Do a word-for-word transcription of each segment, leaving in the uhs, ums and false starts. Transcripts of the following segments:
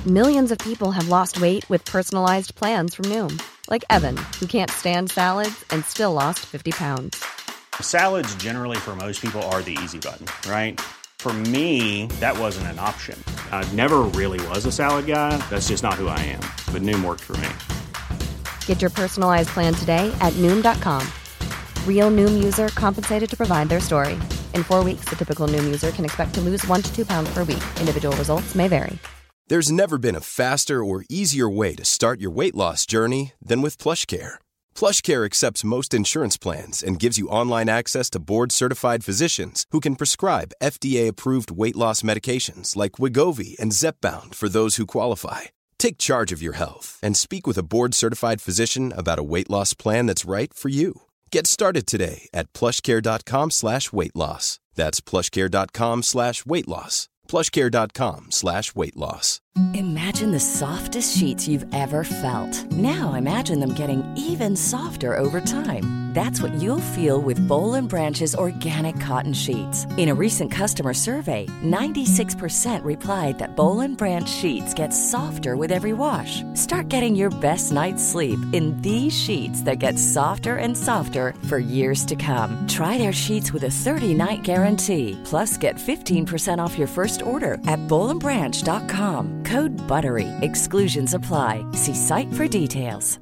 Millions of people have lost weight with personalized plans from Noom. Like Evan, who can't stand salads and still lost fifty pounds. Salads generally for most people are the easy button, right? For me, that wasn't an option. I never really was a salad guy. That's just not who I am. But Noom worked for me. Get your personalized plan today at Noom dot com. Real Noom user compensated to provide their story. In four weeks, the typical Noom user can expect to lose one to two pounds per week. Individual results may vary. There's never been a faster or easier way to start your weight loss journey than with PlushCare. PlushCare accepts most insurance plans and gives you online access to board-certified physicians who can prescribe F D A-approved weight loss medications like Wegovy and Zepbound for those who qualify. Take charge of your health and speak with a board-certified physician about a weight loss plan that's right for you. Get started today at plushcare.com slash weight loss. That's plushcare.com slash weight loss. plushcare.com slash weight loss. Imagine the softest sheets you've ever felt. Now imagine them getting even softer over time. That's what you'll feel with Boll and Branch's organic cotton sheets. In a recent customer survey, ninety-six percent replied that Boll and Branch sheets get softer with every wash. Start getting your best night's sleep in these sheets that get softer and softer for years to come. Try their sheets with a thirty-night guarantee. Plus, get fifteen percent off your first order at boll and branch dot com. Code BUTTERY. Exclusions apply. See site for details.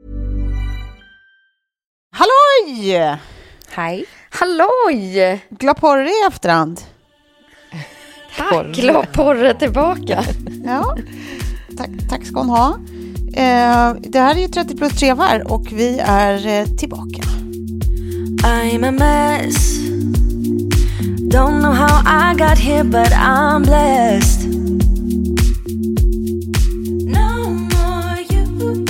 Halloj! Hej. Halloj! Glad porre i efterhand. Tack, glad porre tillbaka. Ja, tack, tack ska hon ha. Eh, det här är ju trettio plus tre var och vi är eh, tillbaka. I'm a mess. Don't know how I got here, but I'm blessed. No more you.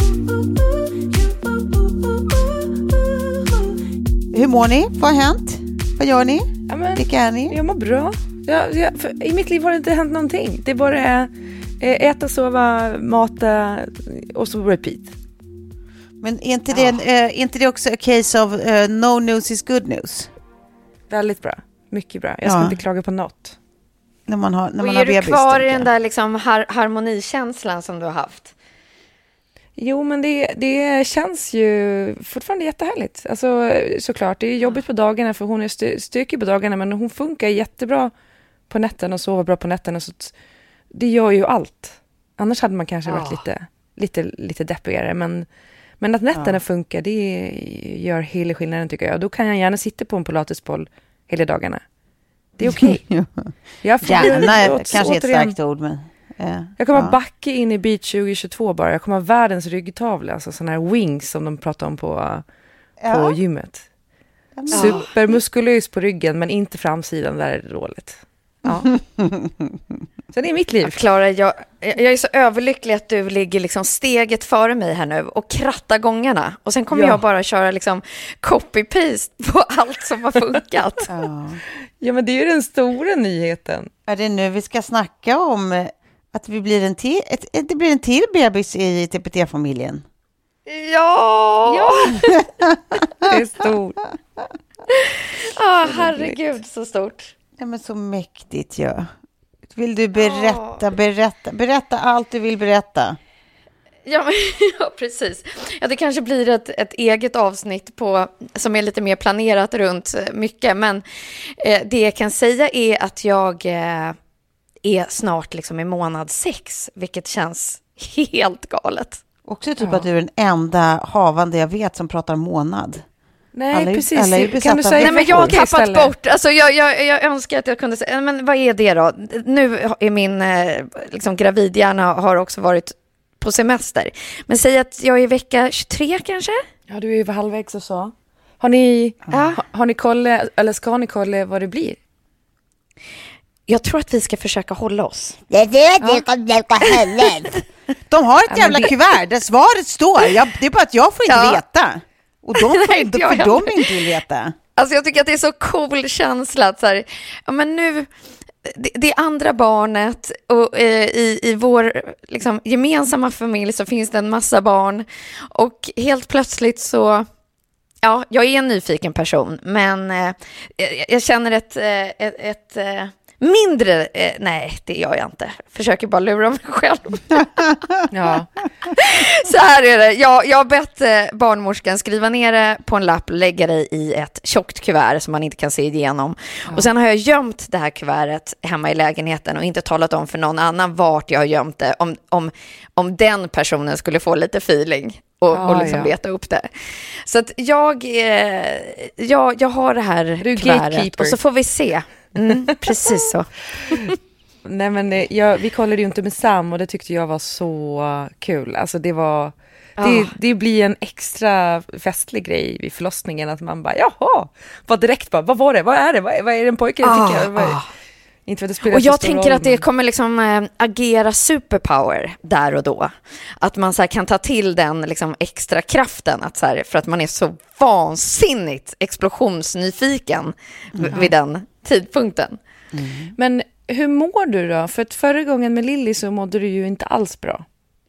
Hur mår ni? Vad har hänt? Vad gör ni? Ja, men, vilka är ni? Jag mår bra. Jag, jag, för I mitt liv har det inte hänt någonting. Det är bara äta, sova, mata och så repeat. Men är inte, det, ja. är inte det också a case of uh, no news is good news? Väldigt bra. Mycket bra. Jag ska ja. inte klaga på något. När man har, när och man är har du bebis, kvar i den där liksom har- harmonikänslan som du har haft? Jo, men det, det känns ju fortfarande jättehärligt. Alltså, såklart, det är jobbigt på dagarna för hon är st- stökig på dagarna, men hon funkar jättebra på nätterna och sover bra på nätterna. Så det gör ju allt. Annars hade man kanske varit oh. lite, lite, lite deppigare. Men, men att nätterna oh. funkar, det gör hela skillnaden tycker jag. Då kan jag gärna sitta på en pilatesboll hela dagarna. Det är okej. Okay. Gärna kanske är ett starkt ord, men... Yeah. Jag kommer ja. backa in i Beat tjugo tjugotvå bara. Jag kommer ha världens ryggtavla. Alltså sådana här wings som de pratar om på, ja. på gymmet. Ja. Supermuskulös på ryggen men inte framsidan, där är det dåligt. Ja. Så det är mitt liv. Ja, Clara, jag, jag är så överlycklig att du ligger liksom steget före mig här nu och krattar gångarna. Och sen kommer ja. jag bara köra liksom copy-paste på allt som har funkat. Ja. Ja, men det är ju den stora nyheten. Är det nu vi ska snacka om att vi blir en till, ett, det blir en till bebis i T P T-familjen? Ja! Ja! Det är stort. Ja, oh, herregud, så stort. Ja, men så mäktigt, ja. Vill du berätta, oh. berätta, berätta allt du vill berätta? Ja, men, ja, precis. Ja, det kanske blir ett, ett eget avsnitt på, som är lite mer planerat runt mycket. Men eh, det jag kan säga är att jag eh, är snart liksom i månad sex, vilket känns helt galet. Också typ ja. att du är den enda havande jag vet som pratar månad. Nej, alla är, precis. Alla är kan du säga Nej, men jag har tappat istället. bort. Alltså, jag, jag, jag önskar att jag kunde säga, men vad är det då? Nu är min eh, liksom, gravidhjärna har också varit på semester. Men säg att jag är i vecka tjugotre kanske? Ja, du är ju halvvägs och så. Har ni, ja. ha, har ni kolla, eller ska ni kolla vad det blir? Jag tror att vi ska försöka hålla oss. Det är det ja. De har ett jävla ja, det... kuvert där svaret står. Jag, det är bara att jag får inte ja. veta. Och de får inte, för de inte vill veta. Alltså jag tycker att det är så cool känsla att så här, ja men nu... Det, det andra barnet och eh, i, i vår liksom, gemensamma familj så finns det en massa barn och helt plötsligt så ja, jag är en nyfiken person men eh, jag känner ett, ett, ett, ett Mindre, eh, nej det gör jag inte. Försöker bara lura mig själv. Ja. Så här är det. Jag, jag har bett eh, barnmorskan skriva ner det på en lapp, lägga det i ett tjockt kuvert som man inte kan se igenom. Ja. Och sen har jag gömt det här kuvertet hemma i lägenheten och inte talat om för någon annan vart jag har gömt det. Om, om, om den personen skulle få lite feeling och, ah, och liksom ja. leta upp det. Så att jag, eh, jag, jag har det här kuvertet och så får vi se. Mm, precis så. Nej men jag, vi kollade ju inte med Sam och det tyckte jag var så kul. Alltså det var det, oh. det blir en extra festlig grej vid förlossningen att man bara jaha, bara direkt bara vad var det? Vad är det? Vad är, vad är det en pojke? Oh, jag, vad, oh. Inte för att det spelar och jag tänker roll, att det kommer liksom äh, agera superpower där och då. Att man så här, kan ta till den liksom, extra kraften att, så här, för att man är så vansinnigt explosionsnyfiken mm. vid den tidpunkten. Mm. Men hur mår du då? För att förra gången med Lilly så mådde du ju inte alls bra.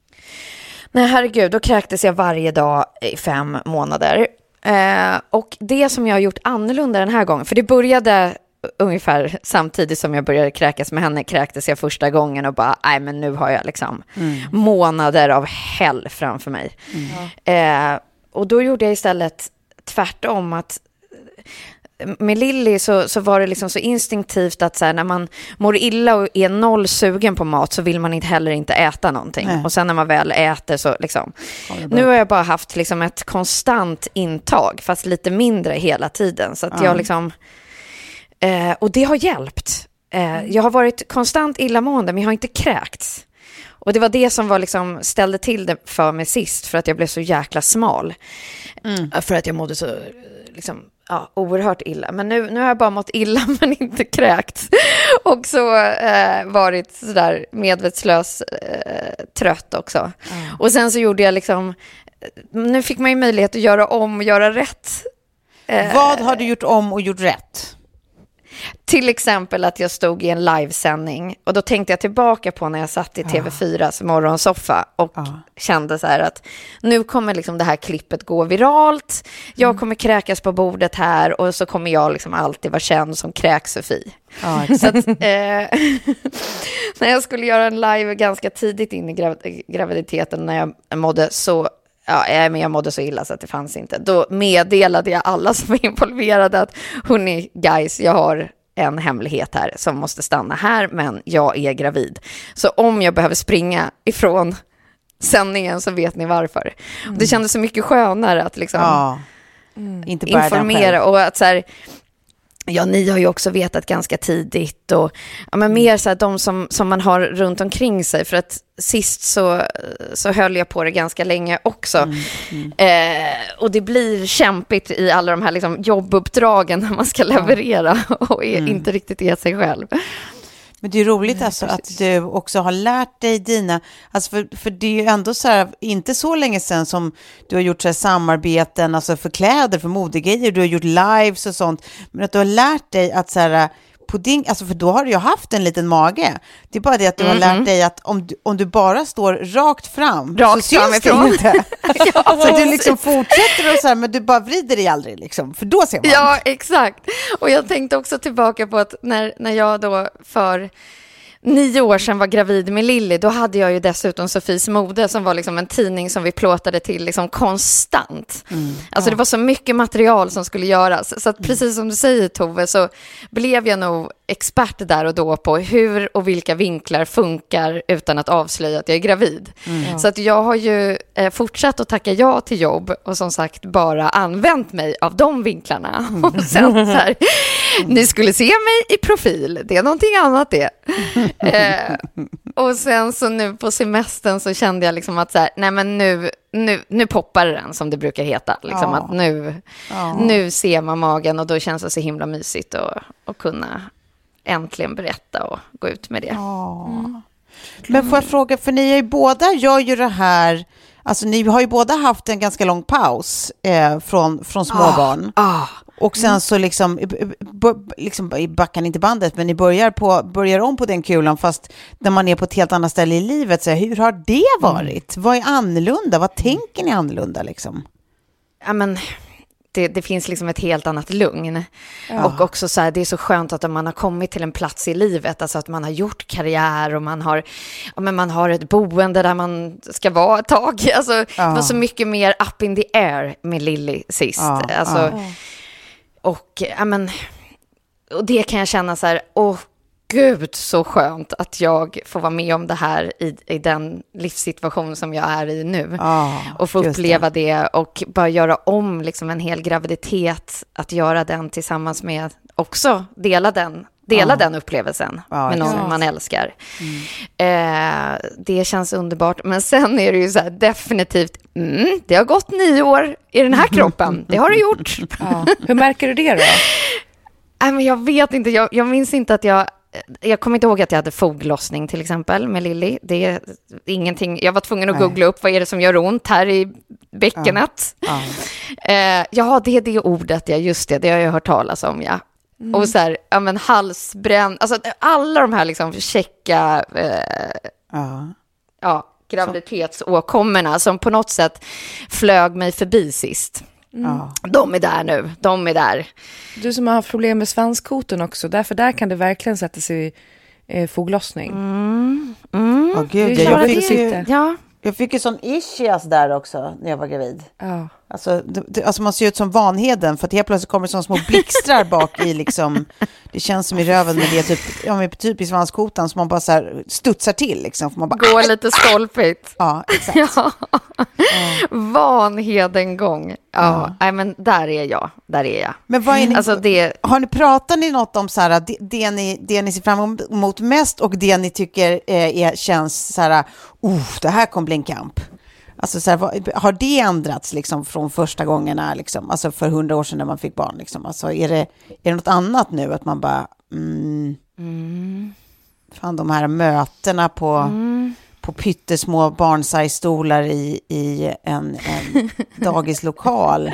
Nej herregud, då kräktes jag varje dag i fem månader. Eh, och det som jag har gjort annorlunda den här gången, för det började ungefär samtidigt som jag började kräkas med henne, kräktes jag första gången och bara, nej men nu har jag liksom mm. månader av hell framför mig. Mm. Eh, och då gjorde jag istället tvärtom, att med Lilly så, så var det liksom så instinktivt att så här, när man mår illa och är noll sugen på mat så vill man inte heller inte äta någonting. Nej. Och sen när man väl äter så liksom, nu har jag bara haft liksom ett konstant intag fast lite mindre hela tiden. Så att ja. jag liksom eh, och det har hjälpt. Eh, jag har varit konstant illamående men jag har inte kräkts. Och det var det som var liksom, ställde till det för mig sist, för att jag blev så jäkla smal. Mm. För att jag mådde så liksom, ja, oerhört illa. Men nu, nu har jag bara mått illa men inte kräkt. Och så eh, varit sådär medvetslös, eh, trött också. Mm. Och sen så gjorde jag liksom, nu fick man ju möjlighet att göra om och göra rätt. Eh, Vad har du gjort om och gjort rätt? Till exempel att jag stod i en livesändning och då tänkte jag tillbaka på när jag satt i T V fyras morgonsoffa och ja. kände så här att nu kommer liksom det här klippet gå viralt. Jag kommer kräkas på bordet här och så kommer jag liksom alltid vara känd som Kräk-Sofie. Ja, så att, eh, när jag skulle göra en live ganska tidigt in i grav- graviditeten när jag mådde så Ja, men jag mådde så illa så att det fanns inte. Då meddelade jag alla som var involverade att hörni guys, jag har en hemlighet här som måste stanna här, men jag är gravid. Så om jag behöver springa ifrån sändningen så vet ni varför. Mm. Det kändes så mycket skönare att liksom ja. mm. inte bara informera och att så här, ja, ni har ju också vetat ganska tidigt och ja, men mer så här, de som, som man har runt omkring sig, för att sist så, så höll jag på det ganska länge också. Mm, mm. Eh, och det blir kämpigt i alla de här liksom, jobbuppdragen när man ska leverera och är, mm. inte riktigt är sig själv. Men det är roligt Nej, alltså att du också har lärt dig dina, alltså för, för det är ju ändå så här, inte så länge sedan som du har gjort så här samarbeten, alltså för kläder, för modegrejer, du har gjort lives och sånt, men att du har lärt dig att så här, på din, alltså för då har du ju haft en liten mage. Det är bara det att du mm-hmm. har lärt dig att om du, om du bara står rakt fram rakt så syns det inte. ja, så du liksom fortsätter och så här, men du bara vrider dig aldrig liksom, för då ser man. Ja, exakt. Och jag tänkte också tillbaka på att när, när jag då för nio år sedan var gravid med Lilly, då hade jag ju dessutom Sofies mode som var liksom en tidning som vi plåtade till liksom konstant. Mm. Alltså ja. det var så mycket material som skulle göras. Så att precis som du säger Tove, så blev jag nog expert där och då på hur och vilka vinklar funkar utan att avslöja att jag är gravid. Mm. Så att jag har ju eh, fortsatt att tacka ja till jobb och som sagt bara använt mig av de vinklarna. Mm. Och sen så här, ni skulle se mig i profil, det är någonting annat det. eh, och sen så nu på semestern så kände jag liksom att så här, nej men nu, nu, nu poppar den som det brukar heta. Liksom, ja. Att nu, ja. nu ser man magen och då känns det så himla mysigt att, att kunna äntligen berätta och gå ut med det. Ja. Mm. Men får jag fråga, för ni är ju båda gör ju det här, alltså ni har ju båda haft en ganska lång paus eh, från, från småbarn. Ah. Ah. Och sen så liksom, liksom backar inte bandet, men ni börjar, på, börjar om på den kulan fast när man är på ett helt annat ställe i livet. Så hur har det varit? Mm. Vad är annorlunda? Vad tänker ni annorlunda liksom? Ja men, det, det finns liksom ett helt annat lugn. Ja. Och också så här, det är så skönt att man har kommit till en plats i livet, alltså att man har gjort karriär och man har, ja, men man har ett boende där man ska vara ett tag. Alltså, ja. Det var så mycket mer up in the air med Lilly sist. Ja. Alltså, ja. Och, ja, men, och det kan jag känna så här, åh gud så skönt att jag får vara med om det här i, i den livssituation som jag är i nu. Oh, och få uppleva det. det och bara göra om liksom en hel graviditet, att göra den tillsammans med, också dela den, dela oh. den upplevelsen oh, med någon exakt. man älskar. Mm. Eh, det känns underbart. Men sen är det ju så här, definitivt, mm, det har gått nio år i den här kroppen. Det har det gjort. Ja. Hur märker du det då? Nej, men jag vet inte, jag, jag minns inte att jag Jag kommer inte ihåg att jag hade foglossning till exempel med Lilly. Det är ingenting. Jag var tvungen att Nej. googla upp vad är det som gör ont här i bäckenet. Ja, ja. Eh, ja det är det ordet, ja, just det. Det har jag hört talas om, ja. Mm. Och så här, ja men halsbränn. Alltså alla de här liksom checka eh, ja. ja, graviditetsåkommorna som på något sätt flög mig förbi sist. Mm. De är där nu, de är där. Du som har haft problem med svanskoten också, därför där kan det verkligen sätta sig i eh, foglossning. Mm. Mm. Oh, gud, jag, jag, fick ju, ja. jag fick ju sån ischias där också när jag var gravid. Ja. Alltså, det, det, alltså man ser ut som Vanheden, för att helt plötsligt kommer det som små blixtrar bak i liksom, det känns som i röven, men det är typ, ja, men typ i svanskotan som man bara så här studsar till liksom. För man bara, går lite stolpigt. Ja, exakt. Ja. Ja. Vanheden gång. Ja, ja. Nej, men där är jag, där är jag. Men vad är ni, alltså det, har ni pratat ni något om så här, det, det, ni, det ni ser fram emot mest och det ni tycker eh, är, känns så här, oh, det här kommer bli en kamp? Alltså så här, har det ändrats liksom från första gångerna liksom, alltså för hundra år sedan när man fick barn liksom? Alltså är det, är det något annat nu att man bara mm, mm. fan de här mötena på mm. på pyttesmå barnsajstolar i, i en, en dagislokal.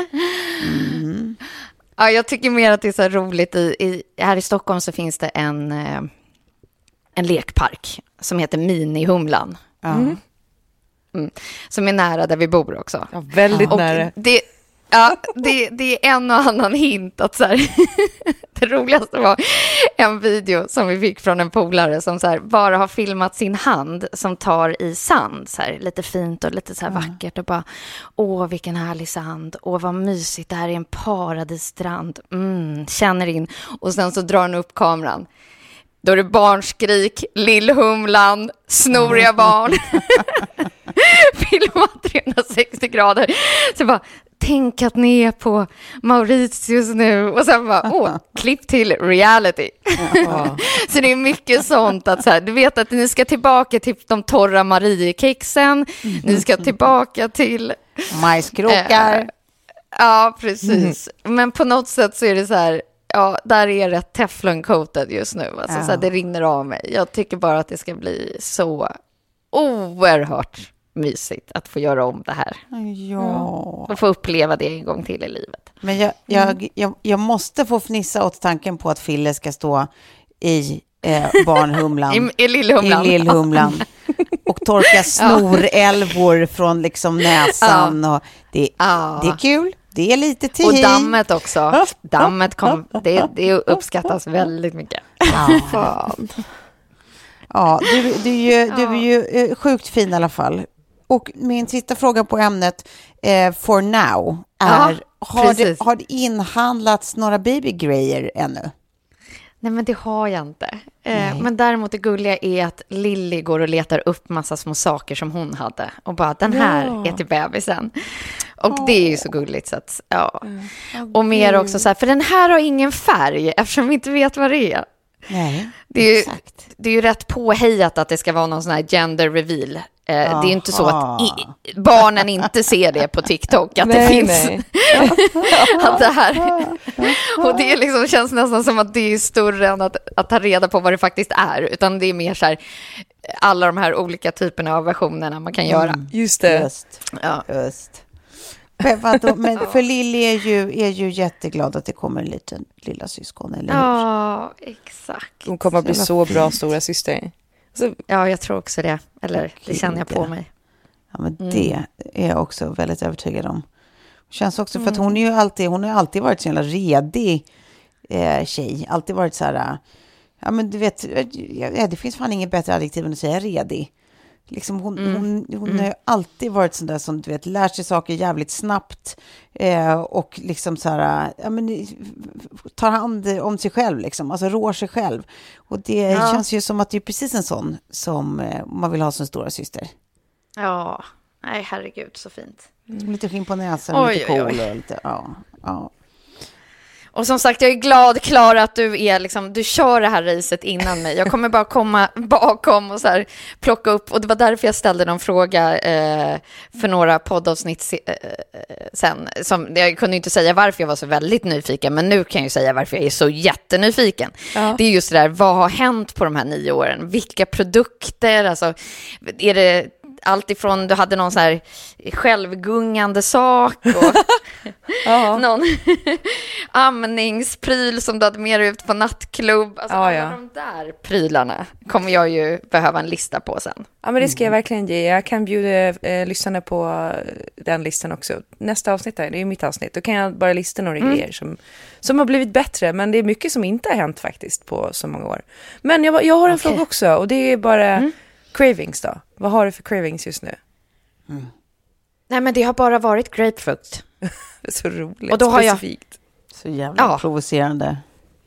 Mm. Ja, jag tycker mer att det är så roligt i, i, här i Stockholm så finns det en en lekpark som heter Minihumlan. Mm. Mm. Som är nära där vi bor också. Ja, väldigt och nära. Det, ja, det, det är en och annan hint att så här, det roligaste var en video som vi fick från en polare som så här, bara har filmat sin hand som tar i sand så här, lite fint och lite så här mm. vackert och bara, åh vilken härlig sand, åh vad mysigt, det här är en paradisstrand, mm, känner in, och sen så drar han upp kameran. Då är det barnskrik, lillhumlan, snoriga barn. Filmat trehundrasextio grader. Så bara, tänk att ni är på Mauritius nu. Och sen bara, åh, klipp till reality. Ja. Så det är mycket sånt att så här, du vet att ni ska tillbaka till de torra Mariekexen. Mm. Ni ska tillbaka till majskrokar. Äh, ja, precis. Mm. Men på något sätt så är det så här, ja, där är rätt tefloncoated just nu. Alltså, ja. Så här, det rinner av mig. Jag tycker bara att det ska bli så oerhört mysigt att få göra om det här. Ja. Och få uppleva det en gång till i livet. Men jag, jag, jag, jag måste få fnissa åt tanken på att Fille ska stå i eh, barnhumlan. I, i lillhumlan. I lillhumlan. Och torka snorälvor från liksom näsan. Ja. Och det, ja. det är kul. Det är lite tid. Och dammet också. Dammet kom, det, det uppskattas väldigt mycket. Ja, fan. Ja, du, du, är ju, du är ju sjukt fin i alla fall. Och min sista fråga på ämnet eh, for now är, ja, har, det, har det inhandlats några babygrejer ännu? Nej, men det har jag inte. Eh, men däremot det gulliga är att Lilly går och letar upp massa små saker som hon hade. Och bara, den här ja. är till bebisen. Och oh. det är ju så gulligt. Så att, ja. Mm. Oh, och mer Gud. också så här, för den här har ingen färg eftersom vi inte vet vad det är. Nej, det är ju, exakt. Det är ju rätt påhejat att det ska vara någon sån här gender reveal. Eh, det är ju inte så att i, barnen inte ser det på TikTok. Att nej, det finns. Nej. Att det här. Och det är liksom, känns nästan som att det är större än att, att ta reda på vad det faktiskt är. Utan det är mer så här, alla de här olika typerna av versionerna man kan göra. Mm, just det. Just. Ja. Just. Men för Lilly är ju, är ju jätteglad att det kommer en liten lilla syskon, eller hur? Ja, exakt. Hon kommer att bli så, så bra stora syster. Så, ja, jag tror också det. Eller det känner jag på mig. Ja, men mm. det är jag också väldigt övertygad om. Känns också för att hon är ju alltid, hon har alltid varit så jävla redig eh, tjej. Alltid varit så här, ja men du vet, ja, det finns fan inget bättre adjektiv än att säga redig. Liksom hon, mm. hon, hon mm. har alltid varit sån där som du vet, lär sig saker jävligt snabbt eh, och liksom så här, ja men tar hand om sig själv liksom, alltså rår sig själv. Och det ja. känns ju som att det är precis en sån som eh, man vill ha som stora syster. Ja, nej herregud så fint. Mm. Lite skinn på näsan, oj, lite cool oj, oj. och lite, ja, ja. Och som sagt, jag är glad, Klara, att du är liksom, du kör det här racet innan mig. Jag kommer bara komma bakom och så här plocka upp. Och det var därför jag ställde någon fråga eh, för några poddavsnitt se, eh, sen. Som, jag kunde inte säga varför jag var så väldigt nyfiken, men nu kan jag ju säga varför jag är så jättenyfiken. Ja. Det är just det där, vad har hänt på de här nio åren? Vilka produkter, alltså, är det... Allt ifrån, du hade någon sån här självgungande sak och någon amningspryl som du hade med ut på nattklubb. Alltså ja, ja. alla de där prylarna kommer jag ju behöva en lista på sen. Ja, men det ska jag verkligen ge. Jag kan bjuda eh, lyssnarna på den listan också. Nästa avsnitt här, det är mitt avsnitt. Då kan jag bara lista några mm. grejer som, som har blivit bättre. Men det är mycket som inte har hänt faktiskt på så många år. Men jag, jag har en okay. fråga också och det är bara... Mm. Cravings då? Vad har du för cravings just nu? Mm. Nej, men det har bara varit grapefrukt. Så roligt. Och då har specifikt. Jag... Så jävla ja. provocerande.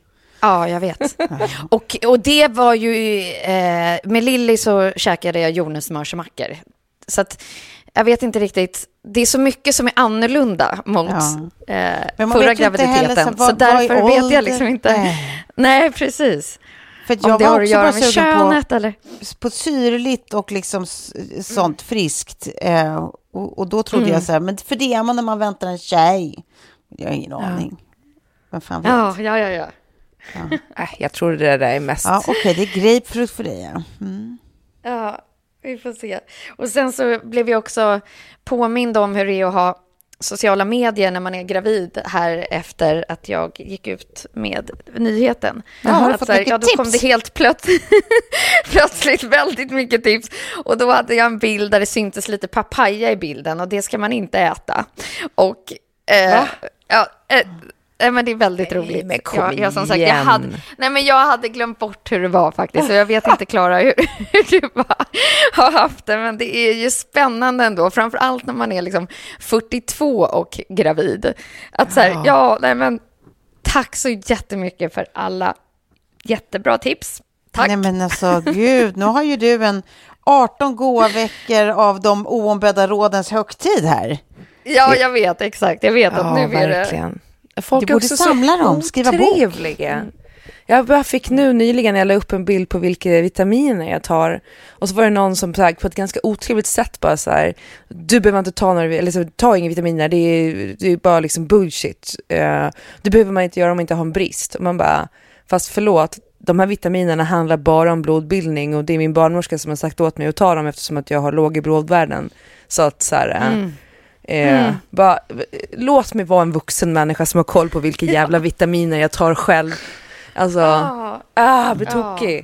Ja, jag vet. och, och det var ju... Eh, med Lilly så käkade jag jordnötssmörsmackor. Så att jag vet inte riktigt... Det är så mycket som är annorlunda mot ja. eh, förra graviditeten. Så, vad, så därför vet ålder? jag liksom inte... Nej, Nej precis. För jag om det var har att göra med könet på, eller? På syrligt och liksom sånt friskt. Eh, och, och då trodde mm. jag så här, men för det är man när man väntar en tjej. Jag har ingen ja. aning. Vem fan vet? Ja, ja, ja. ja. ja. Äh, jag tror det där är mest... Ja, okej, okay, det är grapefrukt för dig. Ja. Mm. ja, vi får se. Och sen så blev jag också påmind om hur det är att ha sociala medier när man är gravid här efter att jag gick ut med nyheten. Ja, har du fått så här, mycket ja, då tips? kom det helt plötsligt, plötsligt väldigt mycket tips. Och då hade jag en bild där det syntes lite papaya i bilden och det ska man inte äta. Och eh, ja, eh, Nej, men det är väldigt nej, roligt. Men kom jag, jag, som sagt, jag hade, nej, men jag hade glömt bort hur det var faktiskt. Så jag vet inte, Klara, hur, hur du bara har haft det. Men det är ju spännande ändå. Framförallt när man är liksom fyrtiotvå och gravid. Att så här, ja, ja nej, men tack så jättemycket för alla jättebra tips. Tack. Nej, men alltså, gud, nu har ju du en arton goa veckor av de oombedda rådens högtid här. Ja, jag vet, exakt. Jag vet ja, att nu är det... Verkligen. Folk du borde också samla dem, skriva trevliga. Bok. Jag bara fick nu nyligen, jag la upp en bild på vilka vitaminer jag tar. Och så var det någon som på ett ganska otrevligt sätt bara så här, du behöver inte ta några, eller så, ta inga vitaminer, det är, det är bara liksom bullshit. Uh, det behöver man inte göra om man inte har en brist. Och man bara, fast förlåt, de här vitaminerna handlar bara om blodbildning och det är min barnmorska som har sagt åt mig att ta dem eftersom att jag har låga blodvärden. Så att så här... Uh, mm. Eh, mm. bara, låt mig vara en vuxen människa som har koll på vilka jävla vitaminer jag tar själv. Alltså, ah, ah betokig.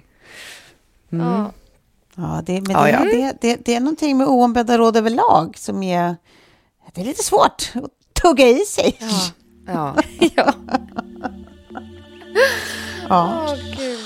Mm. Ah. Ja, det, men ah, det, ja. Det, det, det är någonting med oombedda råd överlag som är, det är lite svårt att tugga i sig. Ja. Ja. ja. ja. Oh, Gud.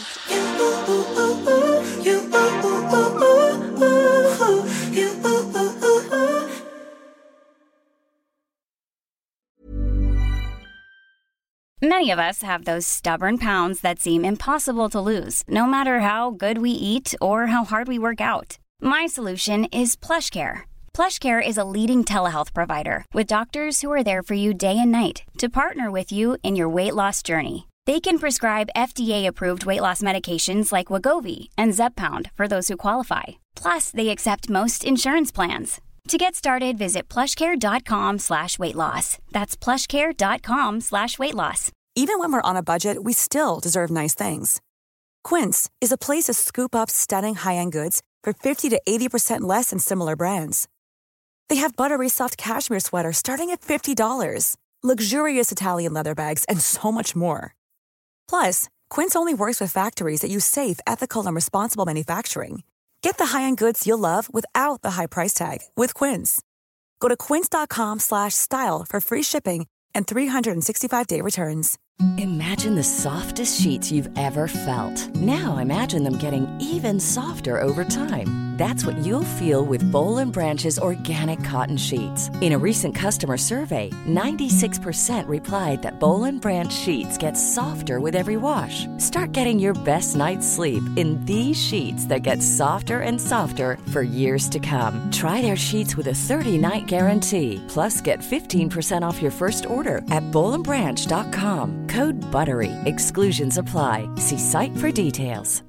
Many of us have those stubborn pounds that seem impossible to lose, no matter how good we eat or how hard we work out. My solution is PlushCare. PlushCare is a leading telehealth provider with doctors who are there for you day and night to partner with you in your weight loss journey. They can prescribe F D A-approved weight loss medications like Wegovy and Zepbound for those who qualify. Plus, they accept most insurance plans. To get started, visit plushcare.com slash weight loss. That's plushcare.com slash weight loss. Even when we're on a budget, we still deserve nice things. Quince is a place to scoop up stunning high-end goods for fifty to eighty percent less than similar brands. They have buttery soft cashmere sweaters starting at fifty dollars, luxurious Italian leather bags, and so much more. Plus, Quince only works with factories that use safe, ethical, and responsible manufacturing. Get the high-end goods you'll love without the high price tag with Quince. Go to quince.com slash style for free shipping and three sixty-five day returns. Imagine the softest sheets you've ever felt. Now imagine them getting even softer over time. That's what you'll feel with Boll and Branch's organic cotton sheets. In a recent customer survey, ninety-six percent replied that Boll and Branch sheets get softer with every wash. Start getting your best night's sleep in these sheets that get softer and softer for years to come. Try their sheets with a thirty-night guarantee. Plus, get fifteen percent off your first order at boll and branch dot com. Code BUTTERY. Exclusions apply. See site for details.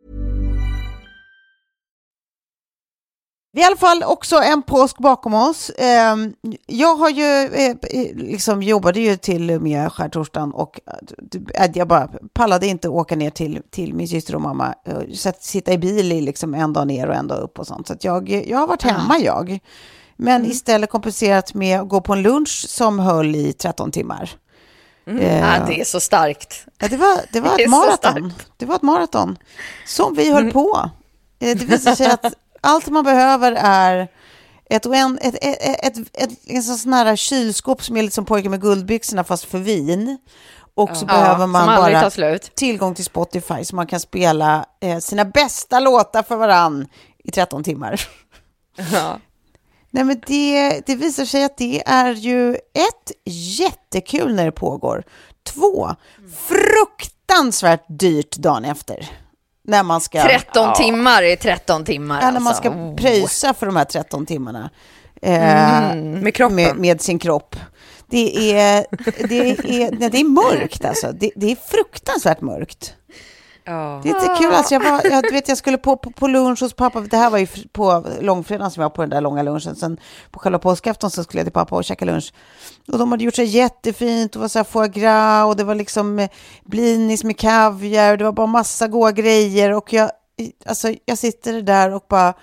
Vi har i alla fall också en påsk bakom oss. Jag har ju liksom jobbade ju till med skärtorsdagen och jag bara pallade inte åka ner till, till min syster och mamma. Sitta i bil i liksom en dag ner och en dag upp och sånt. Så att jag, jag har varit hemma jag. Men mm. istället kompenserat med att gå på en lunch som höll i tretton timmar. Mm. Eh, ja, det är så starkt. Ja, det var, det var det ett maraton. Det var ett maraton som vi höll mm. på. Det visar sig att allt man behöver är ett, ett, ett, ett, ett, ett, ett sån här kylskåp som är lite som pojken med guldbyxorna fast för vin. Och så ja, behöver man bara tillgång till Spotify så man kan spela eh, sina bästa låtar för varann i tretton timmar. Ja. Nej, men det, det visar sig att det är ju ett, jättekul när det pågår. Två, fruktansvärt dyrt dagen efter. När man ska, tretton ja, timmar är tretton timmar. Ja, när man ska alltså. pröjsa för de här tretton timmarna. Eh, mm, med kroppen. Med, med sin kropp. Det är, det är, nej, det är mörkt alltså. Det, det är fruktansvärt mörkt. Oh. Det är inte kul alltså. Jag, var, jag, vet, jag skulle på, på, på lunch hos pappa. Det här var ju på långfredagen som jag var på den där långa lunchen. Sen på själva påskafton så skulle jag till pappa och käka lunch. Och de hade gjort sig jättefint. Och var så här foie gras. Och det var liksom blinis med kaviar. Och det var bara massa goda grejer. Och jag, alltså, jag sitter där och bara...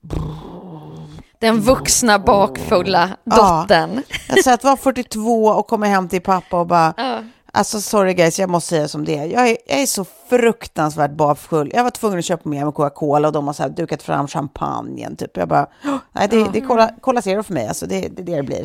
Den vuxna bakfulla dottern. Ja. Jag satt var fyrtiotvå och kommer hem till pappa och bara... Ja. Alltså sorry guys, jag måste säga som det är. Jag är, jag är så fruktansvärt bakfull. Jag var tvungen att köpa med mig Coca-Cola och de har så här dukat fram champagne typ. Jag bara, nej det, det är cola, cola zero för mig. Alltså det, det är det det blir.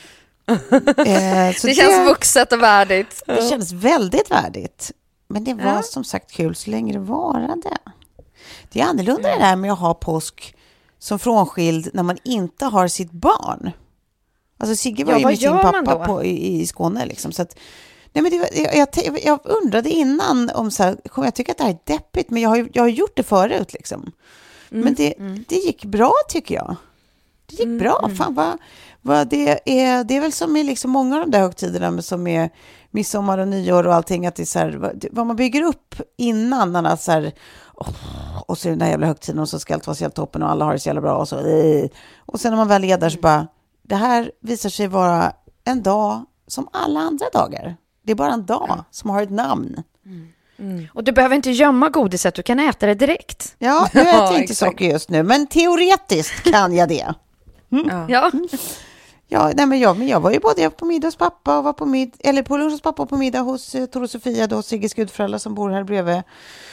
eh, så det känns det, vuxet och värdigt. Det känns väldigt värdigt. Men det var ja. som sagt kul så länge det varade. Det är annorlunda det där med att ha påsk som frånskild när man inte har sitt barn. Alltså Sigge var ja, ju med sin pappa på, i, i Skåne liksom. Så att nej, men det, jag, jag, jag undrade innan om så här, jag tycker att det här är deppigt, men jag har, jag har gjort det förut liksom. Mm, men det, mm. det gick bra tycker jag. Det gick mm, bra. Mm. Fan, vad, vad det, är, det är väl som i liksom många av de där högtiderna som är midsommar och nyår och allting, att det är så här, vad, vad man bygger upp innan, när så här, oh, och så är den där jävla högtiden och så ska allt vara så helt toppen och alla har det så jävla bra och så. Och sen när man väl är där så bara, det här visar sig vara en dag som alla andra dagar. Det är bara en dag mm. som har ett namn. Mm. Mm. Och du behöver inte gömma godiset, du kan äta det direkt. Ja, nu äter jag inte saker just nu, men teoretiskt kan jag det. Mm. Ja. Ja, nej, men, jag, men jag var ju både på middag hos pappa och var på mid, eller på lunch hos pappa och på middag hos uh, Tor och Sofia, då Sigges gudföräldrar som bor här bredvid.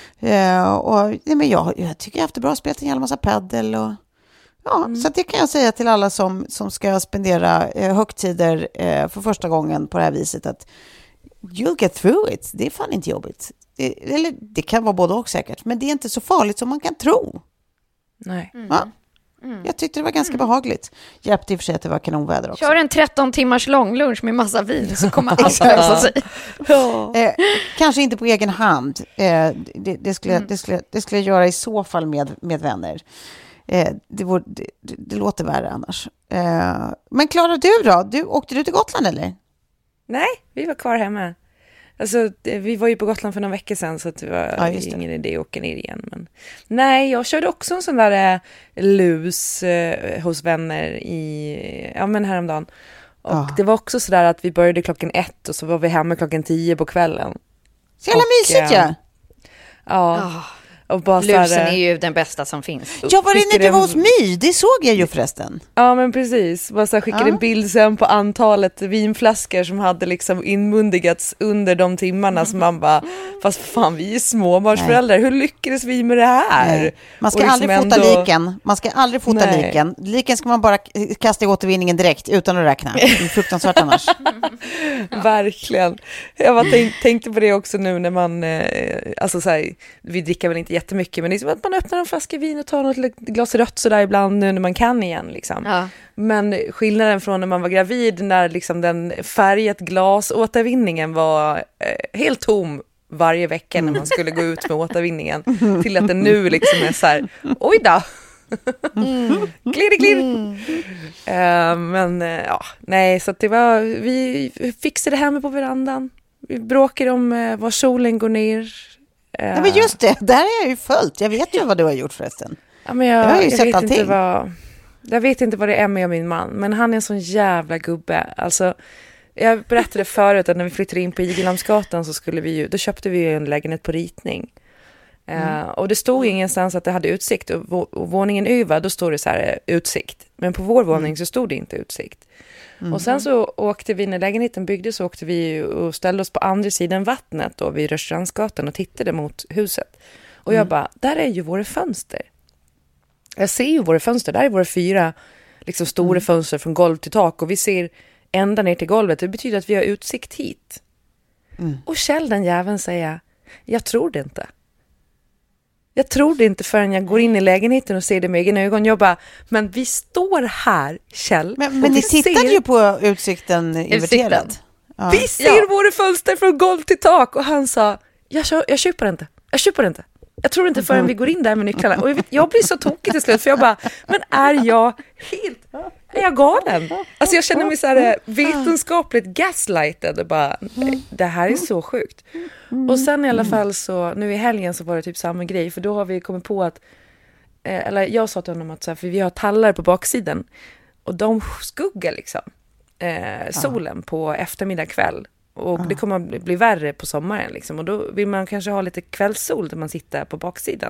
Uh, och nej, men jag, jag tycker jag har haft det bra, spelat en jävla massa paddel och ja, mm. så det kan jag säga till alla som, som ska spendera uh, högtider uh, för första gången på det här viset, att you'll get through it. Det är fan inte jobbigt. Det, eller det kan vara både och säkert, men det är inte så farligt som man kan tro. Nej. Mm. Ja? Mm. Jag tyckte det var ganska mm. behagligt. Hjälpte i och för sig att det var kanonväder också. Kör en tretton timmars långlunch med massa vin så kommer allt lösa sig. Ja. Eh, kanske inte på egen hand. Eh, det, det, skulle, mm. det, skulle, det skulle jag göra i så fall med, med vänner. Eh, det, vore, det, det, det låter värre annars. Eh, men Klara, du då? Du, åkte du till Gotland eller? Nej, vi var kvar hemma. Alltså, vi var ju på Gotland för några veckor sedan, så att det var ja, ingen idé att åka ner igen. Men nej, jag körde också en sån där äh, lus äh, hos vänner i, ja, men häromdagen. Och ja. det var också så där att vi började klockan ett och så var vi hemma klockan tio på kvällen. Så jävla mysigt, ja. Ja. Och bara Lusen så här, är ju den bästa som finns. Jag var inne skickar det var en- hos My, det såg jag ju förresten. Ja men precis, bara så här, skickade Ja. en bild sen på antalet vinflaskor som hade liksom inmundigats under de timmarna som man bara, fast fan vi är småbarnsföräldrar, hur lyckades vi med det här? Nej. Man ska Och liksom aldrig fota ändå- liken. Man ska aldrig fota Nej. liken. Liken ska man bara k- kasta i återvinningen direkt utan att räkna. Det är fruktansvärt annars. Verkligen. Jag var tänk, tänkte på det också nu när man, eh, alltså så här, vi dricker väl inte jättemycket, men det är som att man öppnar en flaska vin och tar något glas rött sådär ibland nu när man kan igen liksom. Ja. Men skillnaden från när man var gravid, när liksom den färgat glas återvinningen var eh, helt tom varje vecka när man skulle gå ut med återvinningen, till att den nu liksom är så här, oj då. Mm. Klirr, klirr. Mm. Uh, men uh, ja, nej, så att det var, vi fixade det hemma på verandan. Vi bråkade om uh, var solen går ner. Uh, Ja, men just det, där är jag ju följt. Jag vet ju vad du har gjort förresten. Ja, men jag, jag har ju jag sett vet allting. inte vad, jag vet inte vad det är med min man, men han är en sån jävla gubbe. Alltså, jag berättade förut att när vi flyttade in på Igelhamnsgatan så skulle vi ju, då köpte vi ju en lägenhet på ritning. Mm. Uh, och det stod ingenstans att det hade utsikt, och, vå- och våningen över då står det så här uh, utsikt, men på vår våning mm. så stod det inte utsikt. Mm. Och sen så åkte vi, när lägenheten byggdes så åkte vi och ställde oss på andra sidan vattnet då vid Rörstrandsgatan och tittade mot huset. Och jag mm. bara, där är ju våra fönster. Jag ser ju våra fönster, där är våra fyra liksom stora mm. fönster från golv till tak, och vi ser ända ner till golvet. Det betyder att vi har utsikt hit. Mm. Och Kjell, den jäveln, säger, jag tror det inte. Jag tror det inte förrän jag går in i lägenheten och ser det med egna ögon. Jag bara, men vi står här, Kjell. Men, men ni tittade ser... ju på utsikten inverterad. Ja. Vi ser ja. våra fönster från golv till tak. Och han sa, jag, kö- jag köper det inte. Jag köper det inte. Jag tror inte förrän vi går in där med nycklarna. Och jag, vet, jag blir så tokig till slut. För jag bara, men är jag helt... Är jag galen? Alltså jag känner mig så här vetenskapligt gaslighted. Och bara, det här är så sjukt. Och sen i alla fall så, nu i helgen så var det typ samma grej. För då har vi kommit på att, eller jag sa till honom att så här, för vi har tallar på baksidan. Och de skuggar liksom eh, solen på eftermiddag kväll. Och det kommer att bli värre på sommaren liksom. Och då vill man kanske ha lite kvällssol där man sitter på baksidan.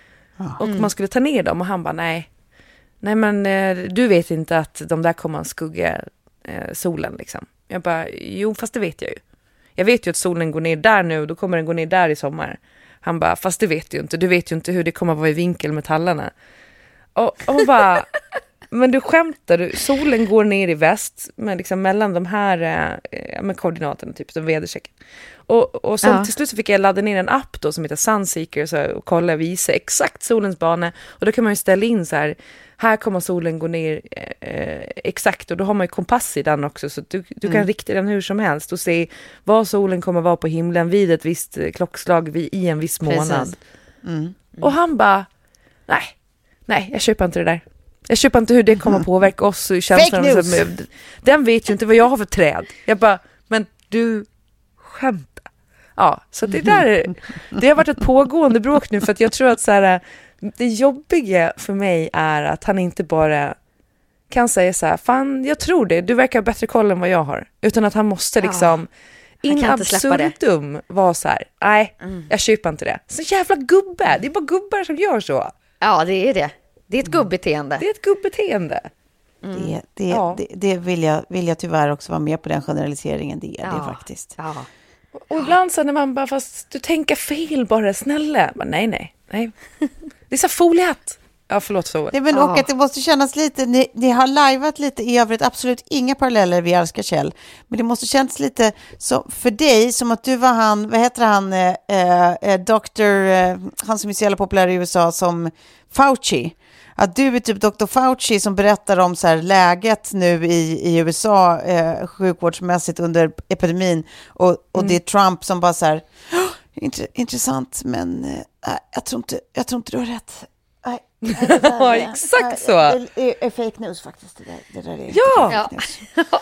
Och man skulle ta ner dem, och han bara, nej. Nej men eh, du vet inte att de där kommer att skugga eh, solen liksom. Jag bara, jo fast det vet jag ju. Jag vet ju att solen går ner där nu, då kommer den gå ner där i sommar. Han bara, fast det vet du inte. Du vet ju inte hur det kommer att vara i vinkel med tallarna. Och, och bara, men du skämtar, du, solen går ner i väst men liksom mellan de här eh, med koordinaterna, typ som väderchecken. Och, och så, ja. Till slut så fick jag ladda ner en app då som heter Sunseeker, så, och kolla och visa exakt solens bana. Och då kan man ju ställa in så här, här kommer solen gå ner eh, exakt, och då har man ju kompass i den också, så du, du kan mm. rikta den hur som helst och se var solen kommer vara på himlen vid ett visst klockslag vid, i en viss månad. Mm. Mm. Och han bara, nej, nej, jag köper inte det där. Jag köper inte hur det kommer att påverka oss. Fake news! Den vet ju inte vad jag har för träd. Jag bara, men du skämtar. Ja, så det där, det har varit ett pågående bråk nu, för att jag tror att så här, det jobbiga för mig är att han inte bara kan säga så här, fan jag tror det, du verkar ha bättre koll än vad jag har, utan att han måste liksom ja, in absurdum vara så här, nej mm. jag köper inte det. Så jävla gubbe, det är bara gubbar som gör så. Ja, det är det. Det är ett gubbeteende. Det är ett gubbeteende. Mm. Det, det, ja. det, det vill, jag, vill jag tyvärr också vara med på, den generaliseringen. Det är ja. det faktiskt. Ja. Och ibland så när man bara, fast du tänker fel bara, snälla. Men nej, nej, nej. Det är så foliat. Ja, förlåt så. Nej, men och att det måste kännas lite, ni, ni har liveat lite i övrigt, absolut inga paralleller, vi älskar Kjell. Men det måste kännas lite så för dig som att du var han, vad heter han, eh, eh, doktor, eh, han som är så jävla populär i U S A som Fauci. Att du är typ doktor Fauci som berättar om så här läget nu i, i U S A eh, sjukvårdsmässigt under epidemin, och, och mm. det är Trump som bara så här, Inter- intressant men eh, jag, tror inte, jag tror inte du har rätt. Nej, det där, ja, exakt nej, så. Det är, är fake news faktiskt. Det där, det där är ja. Fake news.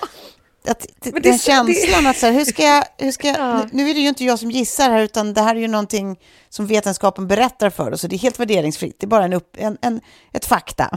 Att, det, det, den känslan det... att så här, hur ska jag, hur ska jag ja. nu är det ju inte jag som gissar här, utan det här är ju någonting som vetenskapen berättar för oss, och det är helt värderingsfritt. Det är bara en, upp, en, en ett fakta.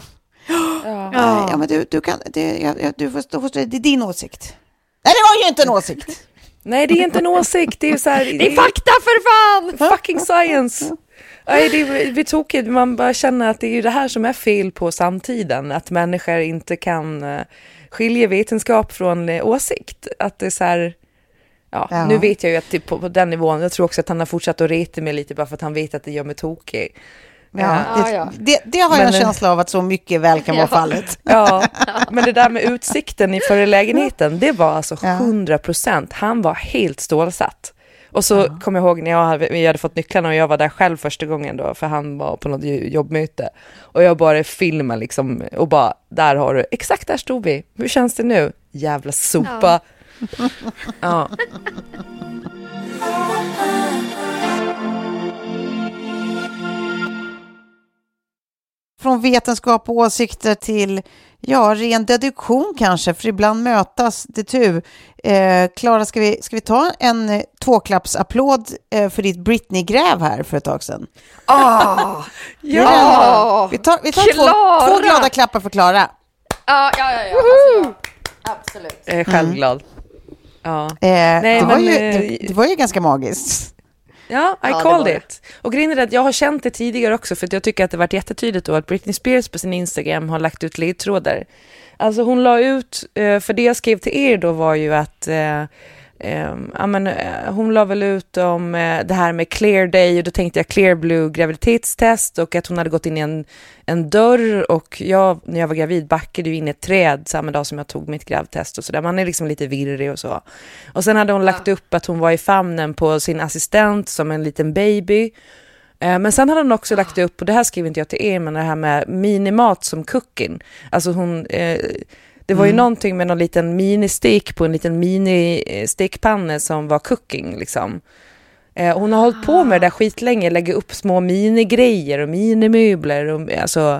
Ja, ja. ja men du, du kan det, ja, du får, det är din åsikt. Nej, det var ju inte en åsikt. Nej, det är inte en åsikt. Det är ju så här, det är fakta för fan. Fucking science. Nej, det är, det är tokigt. Man bara känner att det är ju det här som är fel på samtiden. Att människor inte kan uh, skilja vetenskap från uh, åsikt. Att det är så här... Ja, ja. Nu vet jag ju att typ, på, på den nivån, jag tror också att han har fortsatt att reta mig lite bara för att han vet att det gör mig tokig. Ja, det, ja. Det, det har men, jag en känsla av att så mycket väl kan vara ja. fallet. Ja, men det där med utsikten i förra lägenheten, det var alltså hundra procent. Han var helt stålsatt. Och så ja. kom jag ihåg när jag hade, jag hade fått nycklarna och jag var där själv första gången då, för han var på något jobbmöte. Och jag bara filmade liksom och bara, där har du, exakt där stod vi. Hur känns det nu? Jävla sopa. Ja. ja. Från vetenskap och åsikter till ja, ren deduktion kanske, för ibland mötas det tu. Eh, Klara, ska vi, ska vi ta en tvåklappsapplåd eh, för ditt Britney-gräv här för ett tag sedan? Oh, ja! Vi tar, vi tar två, två glada klappar för Klara. Ja, ja, ja. ja. Alltså, ja. Absolut. Jag är självglad. Mm. Ja. Eh, Nej, det, men, var ju, det, det var ju ganska magiskt. Ja, I ja, called it. Och grejen är att jag har känt det tidigare också, för att jag tycker att det varit jättetydligt då att Britney Spears på sin Instagram har lagt ut ledtrådar. Alltså hon la ut, för det jag skrev till er då var ju att eh, eh, ja, men, hon la väl ut om eh, det här med Clear Day, och då tänkte jag Clear Blue graviditetstest och att hon hade gått in i en, en dörr, och jag, när jag var gravid backade ju in i ett träd samma dag som jag tog mitt gravtest och så där. Man är liksom lite virrig och så. Och sen hade hon lagt upp att hon var i famnen på sin assistent som en liten baby. Eh, men sen hade hon också lagt upp, och det här skrev inte jag till er, men det här med minimat som cooking. Alltså hon... Eh, Det var ju mm. någonting med någon liten mini-stek på en liten mini-stekpanne som var cooking liksom. Eh, hon har ah. hållit på med det där skitlänge, lägga upp små minigrejer och minimöbler och alltså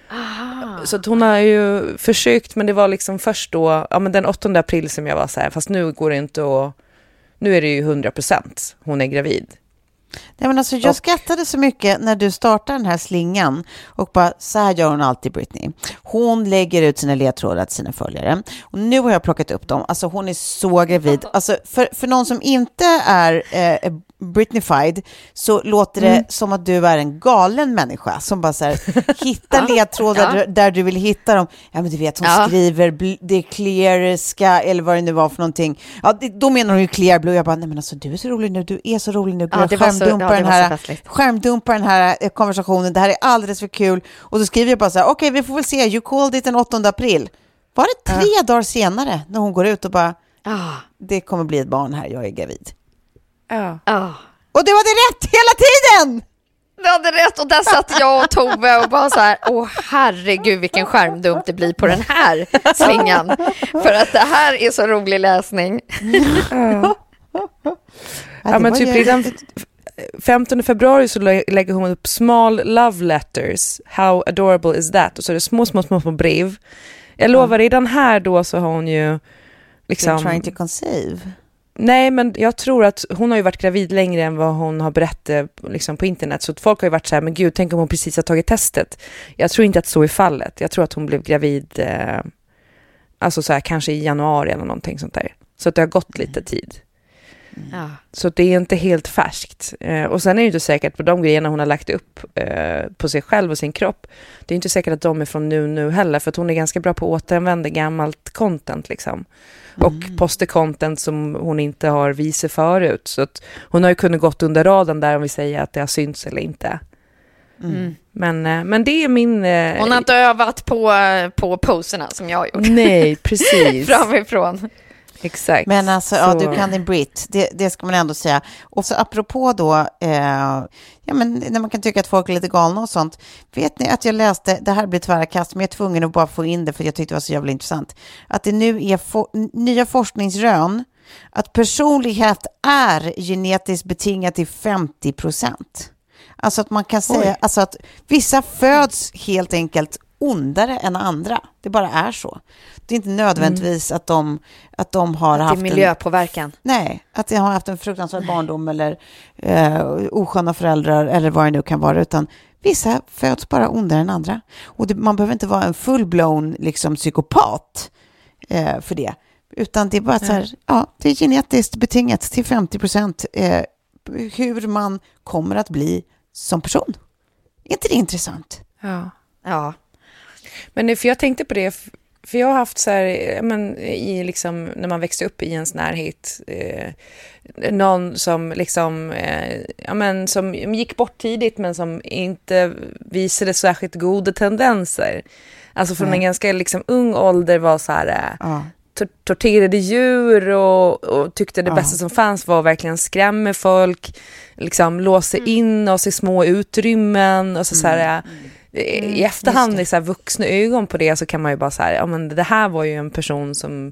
ah. så att hon har ju försökt, men det var liksom först då, ja men den åttonde april som jag var så här, fast nu går det inte, och nu är det ju hundra procent hon är gravid. Nej, men alltså, jag skattade så mycket när du startade den här slingan och bara, så här gör hon alltid, Britney. Hon lägger ut sina ledtrådar till sina följare. Och nu har jag plockat upp dem. Alltså hon är så gravid. Alltså för, för någon som inte är eh, Britneyfied så låter det mm. som att du är en galen människa som bara så här, hittar ledtrådar ja. där du vill hitta dem. Ja, men du vet, hon ja. skriver det clear ska, eller vad det nu var för någonting. Ja, det, då menar hon ju clear blue. Jag bara, nej men alltså du är så rolig nu, du är så rolig nu. Ja, skärmdumpa ja, den här, skärmdumpa den här konversationen. Det här är alldeles för kul. Och så skriver jag bara så här, okej, okay, vi får väl se. You called it den åttonde april. Var det tre ja. dagar senare när hon går ut och bara, ah. det kommer bli ett barn här, jag är gravid. Ja. Ah. Och det var det rätt hela tiden! Det hade rätt, och där satt jag och Tove och bara så här, åh herregud vilken skärmdump det blir på den här slingan. För att det här är så rolig läsning. Ja, ja men typ redan femtonde februari så lägger hon upp small love letters. How adorable is that? Och så är det små, små, små, små brev. Jag lovar, redan här då så har hon ju liksom... trying to conceive. Nej, men jag tror att hon har ju varit gravid längre än vad hon har berättat liksom på internet. Så att folk har ju varit så här, men gud, tänk om hon precis har tagit testet. Jag tror inte att så är fallet. Jag tror att hon blev gravid eh, alltså så här, kanske i januari eller någonting sånt där. Så att det har gått lite tid. Mm. Så det är inte helt färskt. Eh, och sen är det ju inte säkert på de grejerna hon har lagt upp eh, på sig själv och sin kropp. Det är inte säkert att de är från nu nu heller. För att hon är ganska bra på att återanvända gammalt content liksom. Och mm. posta content som hon inte har visat förut. Så att hon har ju kunnat gått under raden där om vi säger att det har synts eller inte. Mm. Men, men det är min... Hon har inte övat på, på poserna som jag har gjort. Nej, precis. Framifrån. Exakt. Men alltså, så... ja, du kan din Brit, det, det ska man ändå säga. Och så apropå då, eh, ja men när man kan tycka att folk är lite galna och sånt. Vet ni att jag läste, det här blir tvära kast, men jag är tvungen att bara få in det för jag tyckte det var så jävla intressant. Att det nu är for, nya forskningsrön att personlighet är genetiskt betingat till femtio procent. Alltså att man kan säga, alltså att vissa föds helt enkelt ondare än andra. Det bara är så. Det är inte nödvändigtvis mm. att de att de har att haft miljöpåverkan. En, nej, att de har haft en fruktansvärd barndom eller eh, osköna föräldrar eller vad det nu kan vara, utan vissa föds bara ondare än andra. Och det, man behöver inte vara en full-blown liksom psykopat eh, för det. Utan det är bara så här, ja, det är genetiskt betingat till femtio procent eh, hur man kommer att bli som person. Är inte det intressant? Ja. Ja. Men för jag tänkte på det, för jag har haft så här, men i liksom när man växte upp i ens närhet, eh, någon som liksom, eh, ja men som gick bort tidigt men som inte visade särskilt goda tendenser. Alltså från Nej. en ganska liksom ung ålder var så här, ja. tor- torterade djur och, och tyckte det ja. bästa som fanns var verkligen skrämma folk, liksom låsa mm. in oss i små utrymmen och så, mm. så här, mm. i efterhand i så här vuxna ögon på det så kan man ju bara säga, ja men det här var ju en person som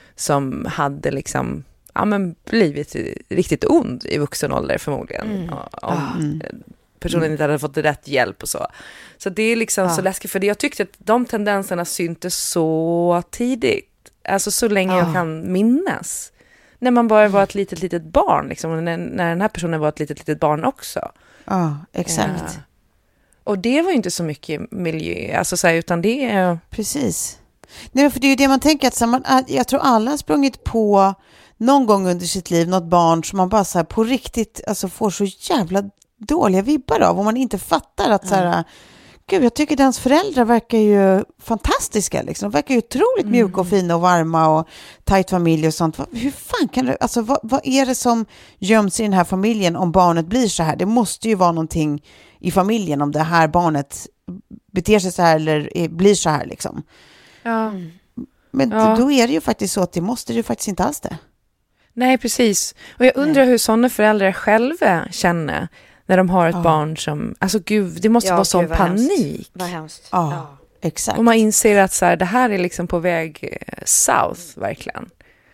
som hade liksom ja men blivit riktigt ond i vuxen ålder förmodligen. Mm. Om mm. personen mm. inte hade fått rätt hjälp och så. Så det är liksom ja. så läskigt, för det jag tyckte att de tendenserna syntes så tidigt. Alltså så länge ja. jag kan minnas. När man bara var ett litet litet barn liksom, när, när den här personen var ett litet litet barn också. Ja, exakt. Ja. Och det var ju inte så mycket miljö, alltså så här, utan det är... Precis. Nej, för det är ju det man tänker, att man, jag tror alla har sprungit på någon gång under sitt liv något barn som man bara så här på riktigt alltså får så jävla dåliga vibbar av, och man inte fattar att mm. så här, gud, jag tycker dens föräldrar verkar ju fantastiska liksom. De verkar ju otroligt mm. mjuka och fina och varma och tajt familj och sånt. Hur fan kan det, alltså vad, vad är det som göms i den här familjen om barnet blir så här? Det måste ju vara någonting i familjen om det här barnet beter sig så här eller blir så här liksom. Ja. Men ja. då är det ju faktiskt så att det måste ju faktiskt inte alls det. Nej, precis. Och jag undrar Nej. hur sådana föräldrar själva känner när de har ett ja. barn som, alltså gud, det måste ja, vara sån vad panik. Hemskt. Vad hemskt. Ja, ja, exakt. Och man inser att så här, det här är liksom på väg south, verkligen.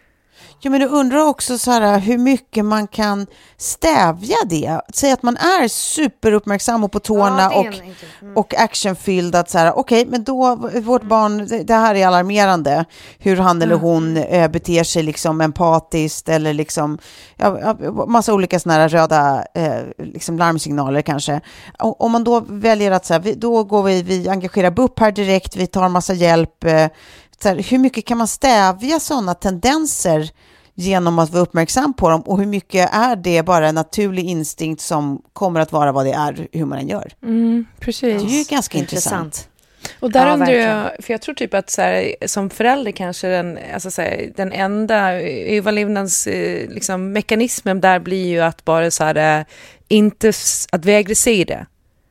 Ja, men du undrar också så här, hur mycket man kan stävja det. Säg att man är superuppmärksam och på tårna ja, och, mm. och actionfylld. Att så här, okej, okay, men då, vårt barn, det här är alarmerande. Hur han eller hon äh, beter sig liksom empatiskt eller liksom, ja, massa olika såna här röda äh, liksom larmsignaler kanske. Och, om man då väljer att så här, vi, då går vi, vi engagerar B U P här direkt, vi tar massa hjälp. Äh, så här, hur mycket kan man stävja sådana tendenser genom att vara uppmärksam på dem, och hur mycket är det bara en naturlig instinkt som kommer att vara vad det är, hur man än gör. Mm, precis. Det är ju ganska intressant. intressant. Och där ja, undrar jag, för jag tror typ att så här, som förälder kanske den, alltså så här, den enda överlevnads liksom, mekanismen där blir ju att bara så här, inte att vägra se det.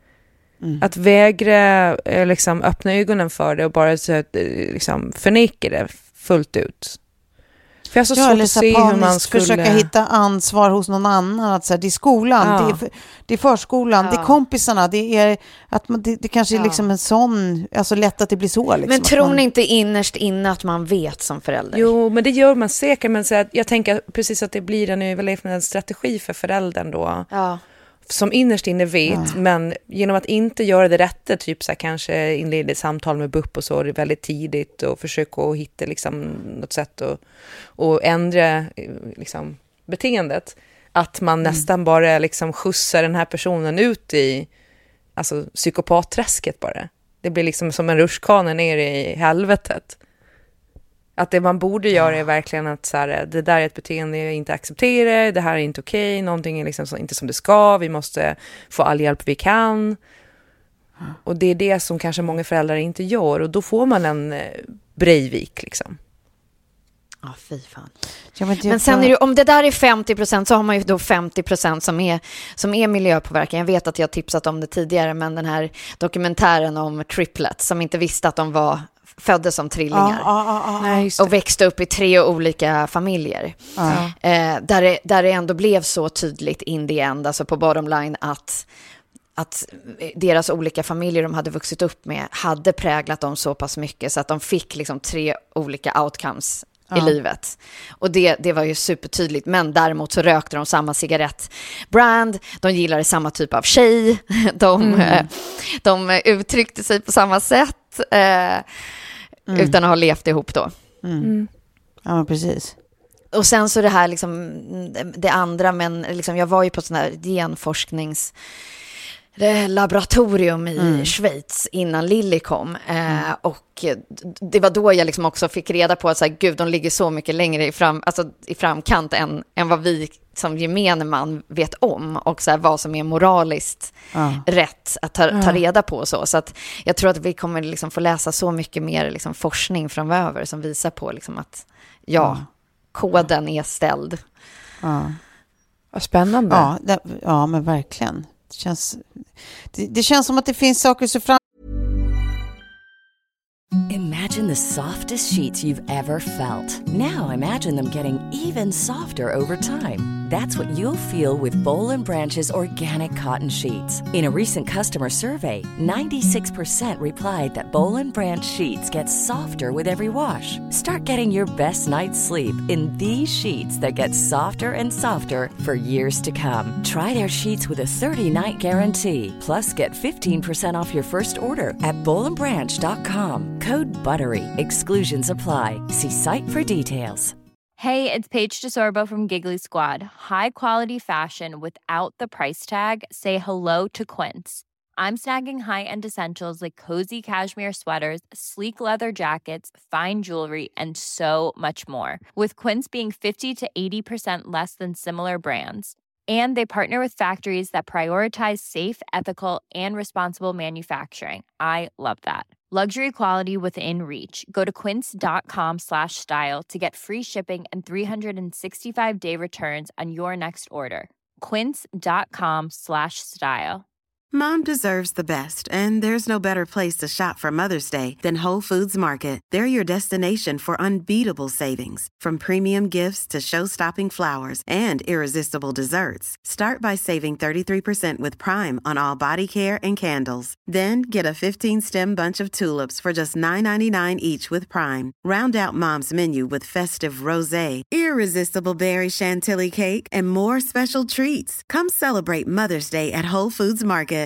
Mm. Att vägra liksom, öppna ögonen för det och bara så att, liksom, förneka det fullt ut. För jag är så ja, svårt att se hur man skulle... försöka hitta ansvar hos någon annan. Att så här, det är skolan, ja. det, är, det är förskolan, ja. det är kompisarna. Det, är, att man, det, det kanske ja. är liksom en sån... Alltså lätt att det blir så. Liksom, men tror man... ni inte innerst inne att man vet som förälder? Jo, men det gör man säkert. Men så att, jag tänker precis att det blir en överlevnadsstrategi för föräldern då. Ja. Som innerst inne vet, ja. men genom att inte göra det rätta, typ så här, kanske inleda samtal med B U P och så väldigt tidigt och försöka att hitta liksom, något sätt att och ändra liksom, beteendet, att man mm. nästan bara liksom, skjutsar den här personen ut i alltså, psykopatträsket bara. Det blir liksom som en rutschkana ner i helvetet. Att det man borde göra är verkligen att så här, det där är ett beteende jag inte accepterar, det här är inte okej, okay, någonting är liksom så, inte som det ska, vi måste få all hjälp vi kan. Och det är det som kanske många föräldrar inte gör, och då får man en eh, Breivik liksom. Ja, oh, fy fan. Ja, men, men sen är det, om det där är femtio procent så har man ju då femtio procent som är, som är miljöpåverkan. Jag vet att jag tipsat om det tidigare, men den här dokumentären om triplets som inte visste att de var föddes som trillingar ah, ah, ah, ah. Nej, och växte upp i tre olika familjer. Ah. Eh, där, det, där det ändå blev så tydligt in the end, alltså på bottom line, att, att deras olika familjer de hade vuxit upp med hade präglat dem så pass mycket så att de fick liksom tre olika outcomes i ja. livet. Och det, det var ju supertydligt. Men däremot så rökte de samma cigarettbrand. De gillade samma typ av tjej. De, mm. eh, de uttryckte sig på samma sätt. Eh, mm. Utan att ha levt ihop då. Mm. Mm. Ja, precis. Och sen så det här liksom, det andra, men liksom, jag var ju på sån här genforsknings laboratorium i Mm. Schweiz innan Lilly kom. Eh, och det var då jag liksom också fick reda på att så här, gud, de ligger så mycket längre i, fram, alltså, i framkant än, än vad vi som gemene man vet om. Och så här, vad som är moraliskt Ja. rätt att ta, ta reda på. Och så så att jag tror att vi kommer liksom få läsa så mycket mer liksom, forskning framöver som visar på liksom, att ja, Ja. koden är ställd. Ja. Vad spännande. Ja, det, ja, men verkligen. Det känns, det, det känns som att det finns saker så fram... Imagine the softest sheets you've ever felt. Now imagine them getting even softer over time. That's what you'll feel with Boll and Branch's organic cotton sheets. In a recent customer survey, ninety-six percent replied that Boll and Branch sheets get softer with every wash. Start getting your best night's sleep in these sheets that get softer and softer for years to come. Try their sheets with a thirty-night guarantee. Plus, get fifteen percent off your first order at boll and branch dot com. Code BUTTERY. Exclusions apply. See site for details. Hey, it's Paige DeSorbo from Giggly Squad. High quality fashion without the price tag. Say hello to Quince. I'm snagging high-end essentials like cozy cashmere sweaters, sleek leather jackets, fine jewelry, and so much more. With Quince being fifty to eighty percent less than similar brands. And they partner with factories that prioritize safe, ethical, and responsible manufacturing. I love that. Luxury quality within reach. Go to quince.com slash style to get free shipping and three sixty-five day returns on your next order. Quince.com slash style. Mom deserves the best, and there's no better place to shop for Mother's Day than Whole Foods Market. They're your destination for unbeatable savings, from premium gifts to show-stopping flowers and irresistible desserts. Start by saving thirty-three percent with Prime on all body care and candles. Then get a fifteen-stem bunch of tulips for just nine ninety-nine each with Prime. Round out Mom's menu with festive rosé, irresistible berry chantilly cake, and more special treats. Come celebrate Mother's Day at Whole Foods Market.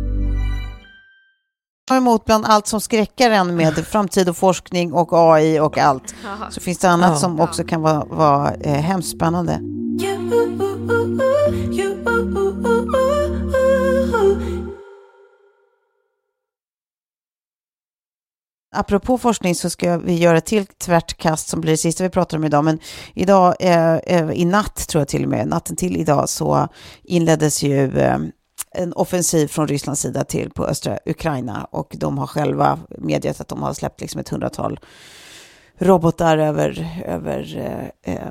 Emot bland allt som skräcker en med framtid och forskning och A I och allt, så finns det annat ja. som också kan vara, vara eh, hemskt spännande. Apropå forskning så ska vi göra ett till tvärtkast som blir det sista vi pratar om idag. Men idag, eh, i natt tror jag till och med, natten till idag så inleddes ju eh, en offensiv från Rysslands sida till på östra Ukraina, och de har själva medgett att de har släppt liksom ett hundratal robotar över, över eh, eh,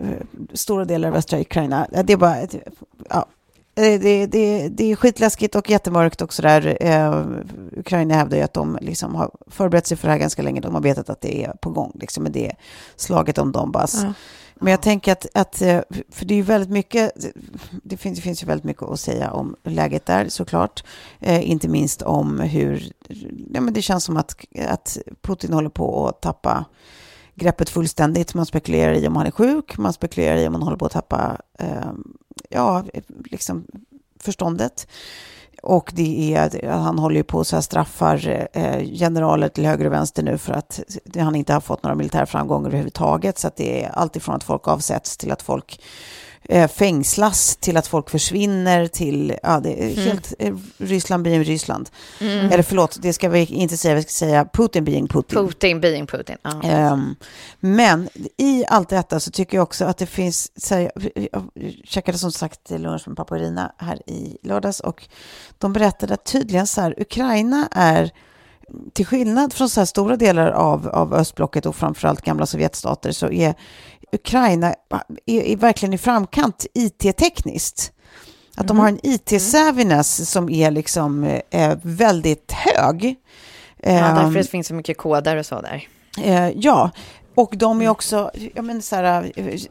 stora delar av östra Ukraina. Det är bara, ja, det, det, det är skitläskigt och jättemörkt och sådär. Eh, Ukraina hävdar ju att de liksom har förberett sig för det här ganska länge. De har vetat att det är på gång liksom, med det slaget om Donbass. Ja. Men jag tänker att, att, för det är ju väldigt mycket, det finns, det finns ju väldigt mycket att säga om läget där såklart. Eh, inte minst om hur, ja, men det känns som att, att Putin håller på att tappa greppet fullständigt. Man spekulerar i om han är sjuk, man spekulerar i om han håller på att tappa eh, ja, liksom förståndet. Och det är, han håller ju på så här straffar eh, generaler till höger och vänster nu för att han inte har fått några militära framgångar överhuvudtaget. Så att det är allt ifrån att folk avsätts till att folk eh, fängslas, till att folk försvinner, till, ja, det är mm. helt eh, Ryssland being Ryssland. Mm. Eller förlåt, det ska vi inte säga, vi ska säga Putin being Putin. Putin being Putin, ja. Um, men i allt detta så tycker jag också att det finns, så här, jag checkade som sagt lunch med pappa och Irina här i lördags, och de berättade att tydligen så här, Ukraina är, till skillnad från så här stora delar av, av östblocket och framförallt gamla sovjetstater, så är Ukraina är, är verkligen i framkant I T-tekniskt. Att mm. de har en I T-savviness mm. som är liksom eh, väldigt hög. Ja, därför det finns så mycket koder och så där. Eh, ja, och de är också, jag menar så här,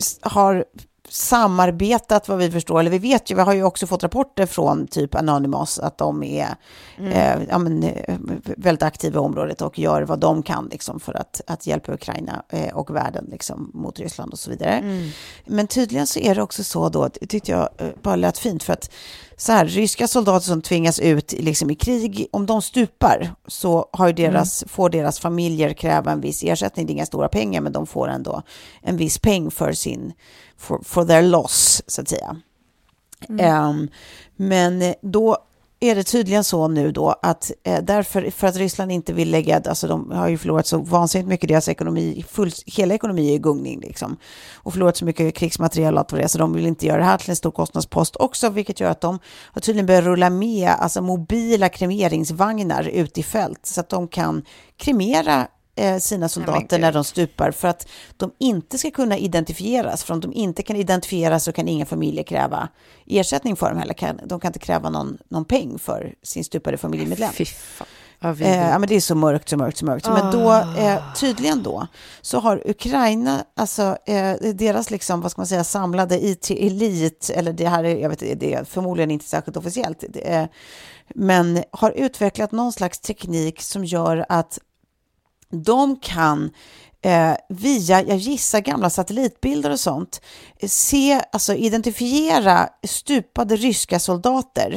har samarbetat vad vi förstår, eller vi vet ju, vi har ju också fått rapporter från typ Anonymous att de är mm. eh, ja, men, väldigt aktiva i området och gör vad de kan liksom, för att, att hjälpa Ukraina eh, och världen liksom, mot Ryssland och så vidare. Mm. Men tydligen så är det också så då, det tyckte jag bara lät fint, för att så här, ryska soldater som tvingas ut liksom, i krig, om de stupar så har ju deras, mm. får deras familjer kräva en viss ersättning. Det är inga stora pengar, men de får ändå en viss peng för sin for, for their loss, så att säga. Mm. Um, men då är det tydligen så nu då att eh, därför för att Ryssland inte vill lägga, alltså de har ju förlorat så vansinnigt mycket, deras ekonomi, full, hela ekonomi är i gungning liksom, och förlorat så mycket krigsmaterial och allt vad det är, så de vill inte göra det här till en stor kostnadspost också, vilket gör att de har tydligen börjat rulla med alltså mobila kremeringsvagnar ut i fält så att de kan kremera sina soldater när de stupar, för att de inte ska kunna identifieras. För om de inte kan identifieras så kan inga familjer kräva ersättning för dem heller. Kan, de kan inte kräva någon, någon peng för sin stupade familjemedlem. Fy fan. Ja, eh, ja, men det är så mörkt, så mörkt, så mörkt. Men då, eh, tydligen då, så har Ukraina, alltså eh, deras liksom, vad ska man säga, samlade I T-elit, eller det här är, jag vet inte, det är förmodligen inte särskilt officiellt, det är, men har utvecklat någon slags teknik som gör att de kan eh, via, jag gissar gamla satellitbilder och sånt, se, alltså identifiera stupade ryska soldater.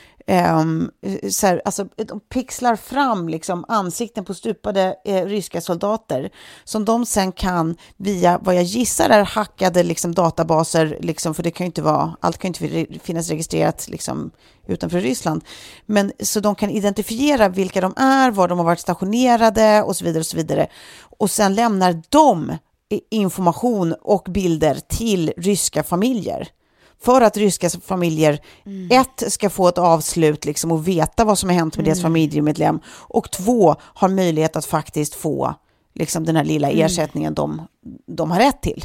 Um, så här, alltså, de pixlar fram liksom ansikten på stupade eh, ryska soldater som de sen kan via vad jag gissar är hackade liksom, databaser, liksom, för det kan ju inte vara, allt kan ju inte finnas registrerat liksom, utanför Ryssland, men så de kan identifiera vilka de är, var de har varit stationerade och så vidare och så vidare, och sen lämnar de information och bilder till ryska familjer. För att ryska familjer mm. ett ska få ett avslut liksom, och veta vad som har hänt med mm. deras familjemedlem, och två har möjlighet att faktiskt få liksom, den här lilla mm. ersättningen de, de har rätt till.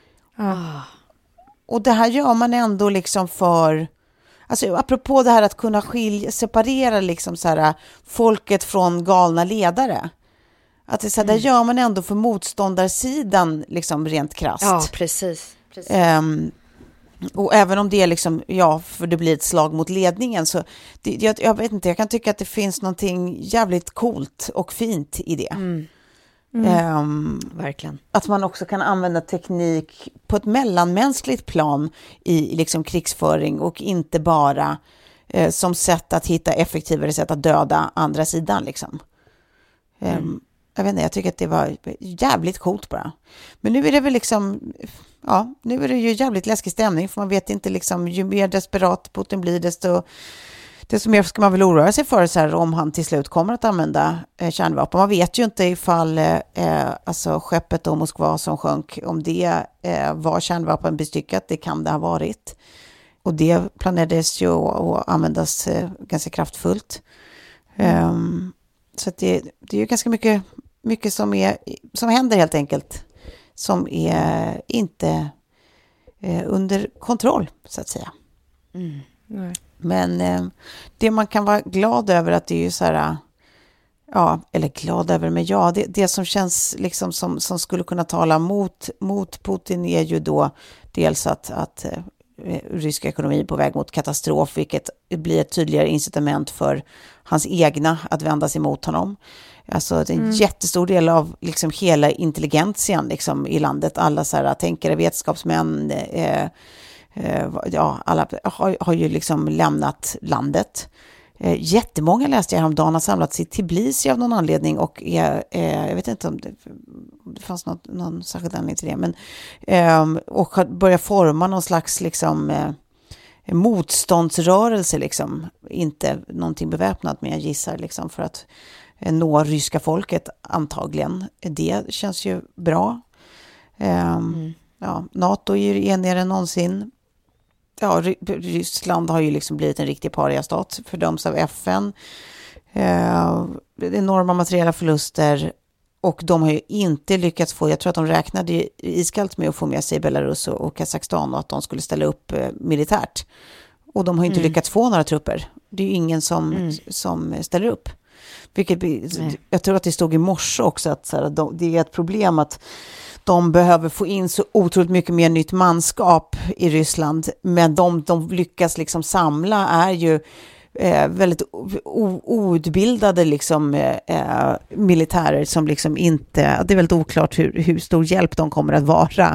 Ah. Och det här gör man ändå liksom för, alltså apropå det här att kunna skilja, separera liksom så här, folket från galna ledare. Att det så här, mm. där gör man ändå för motståndarsidan liksom rent krasst. Ja, precis. precis. Um, Och även om det är liksom, ja, för det blir ett slag mot ledningen, så det, jag, jag vet inte, jag kan tycka att det finns någonting jävligt coolt och fint i det. Mm. Mm. Um, Verkligen. att man också kan använda teknik på ett mellanmänskligt plan i, i liksom krigsföring, och inte bara eh, som sätt att hitta effektivare sätt att döda andra sidan liksom. Um, mm. Jag vet inte, jag tycker att det var jävligt coolt bara. Men nu är det väl liksom, ja, nu är det ju jävligt läskig stämning, för man vet inte liksom, ju mer desperat Putin blir, desto, desto mer ska man väl oroa sig för så här, om han till slut kommer att använda eh, kärnvapen. Man vet ju inte ifall eh, alltså skeppet och Moskva som sjönk, om det eh, var kärnvapenbestyckat, det kan det ha varit. Och det planerades ju att användas eh, ganska kraftfullt. Mm. Um, så att det, det är ju ganska mycket, mycket som, är, som händer helt enkelt, som är inte eh, under kontroll, så att säga. Mm. Nej. Men eh, det man kan vara glad över, att det är ju så här, ja, eller glad över, men ja, det, det som känns liksom som, som skulle kunna tala mot, mot Putin är ju då dels att, att eh, ryska ekonomi på väg mot katastrof, vilket blir ett tydligare incitament för hans egna att vända sig mot honom. Alltså det är en mm. jättestor del av liksom hela intelligentian liksom, i landet. Alla så här, tänkare, vetenskapsmän, eh, eh, ja, alla har, har ju liksom lämnat landet. Eh, jättemånga, läste jag häromdagen, har samlats i Tbilisi av någon anledning, och är, eh, jag vet inte om det, om det fanns något, någon särskild anledning till det, men eh, och har börjat forma någon slags liksom eh, motståndsrörelse liksom, inte någonting beväpnat, men jag gissar liksom för att eh, nå ryska folket antagligen. Det känns ju bra. Eh, mm. Ja, NATO är ju enigare än någonsin. Ja, Ryssland har ju liksom blivit en riktig pariastat, fördöms av F N. Eh, enorma materiella förluster, och de har ju inte lyckats få, jag tror att de räknade iskallt med att få med sig Belarus och, och Kazakstan, och att de skulle ställa upp eh, militärt. Och de har inte mm. lyckats få några trupper. Det är ju ingen som, mm. som ställer upp. Vilket, jag tror att det stod i morse också, att så här, de, det är ett problem att de behöver få in så otroligt mycket mer nytt manskap i Ryssland, men de, de lyckas liksom samla är ju eh, väldigt o, outbildade liksom, eh, militärer som liksom inte, det är väldigt oklart hur, hur stor hjälp de kommer att vara.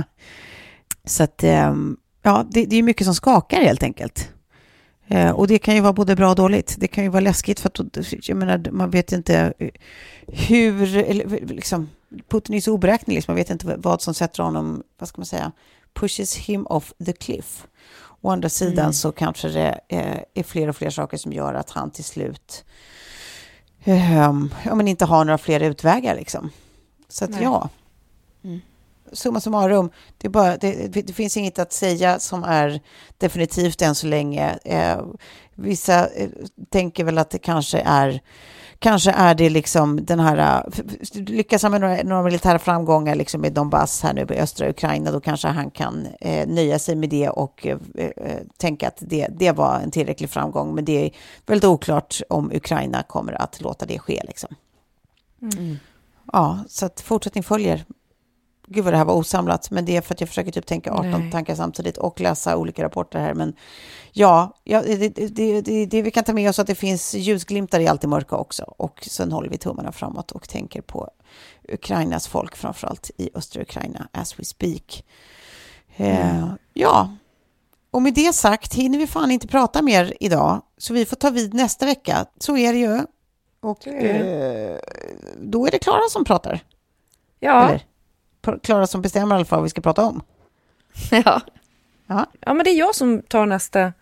Så att eh, ja, det, det är mycket som skakar helt enkelt. Eh, och det kan ju vara både bra och dåligt. Det kan ju vara läskigt, för att jag menar, man vet inte hur, eller, liksom, Putin är så oberäknelig, liksom, man vet inte vad som sätter honom, vad ska man säga, pushes him off the cliff. Å andra sidan Mm. så kanske det eh, är fler och fler saker som gör att han till slut eh, ja, men inte har några fler utvägar liksom. Så att Nej. ja. Mm. Summa summarum, det, är bara, det, det finns inget att säga som är definitivt än så länge. Eh, vissa eh, tänker väl att det kanske är kanske är det liksom den här, lyckas han med några, några militära framgångar liksom i Donbass här nu i östra Ukraina, då kanske han kan eh, nöja sig med det och eh, eh, tänka att det, det var en tillräcklig framgång, men det är väldigt oklart om Ukraina kommer att låta det ske liksom. Mm. Ja, så att fortsättning följer. Gud vad det här var osamlat, men det är för att jag försöker typ tänka arton Nej. tankar samtidigt och läsa olika rapporter här, men ja, ja det, det, det, det vi kan ta med oss att det finns ljusglimtar i allt det mörka också, och sen håller vi tummarna framåt och tänker på Ukrainas folk, framförallt i östra Ukraina as we speak. Mm. Eh, ja, och med det sagt hinner vi fan inte prata mer idag, så vi får ta vid nästa vecka, så är det ju, och eh, då är det Klara som pratar. Ja. Eller? Klara som bestämmer i alla fall vad vi ska prata om. Ja. Ja. Ja, men det är jag som tar nästa eh,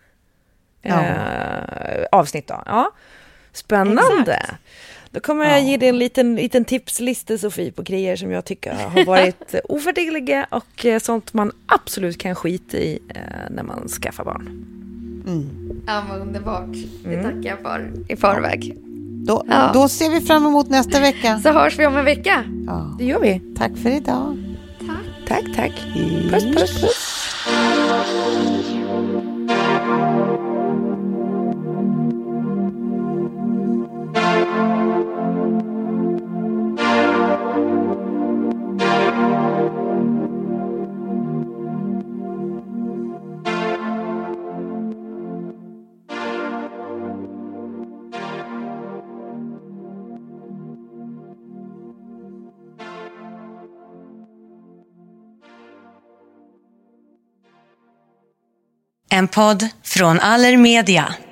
Ja. avsnitt då. Ja. Spännande. Exakt. Då kommer jag ge dig en liten, liten tipslista, Sofie, på grejer som jag tycker har varit ofördelaktiga och eh, sånt man absolut kan skita i eh, när man skaffar barn. Mm. Ja, men underbart. Det Mm. tackar jag för i förväg. Då, Ja. då ser vi fram emot nästa vecka. Så hörs vi om en vecka. Ja. Det gör vi. Tack för idag. Tack, tack. Puss, puss, puss. En podd från Allermedia.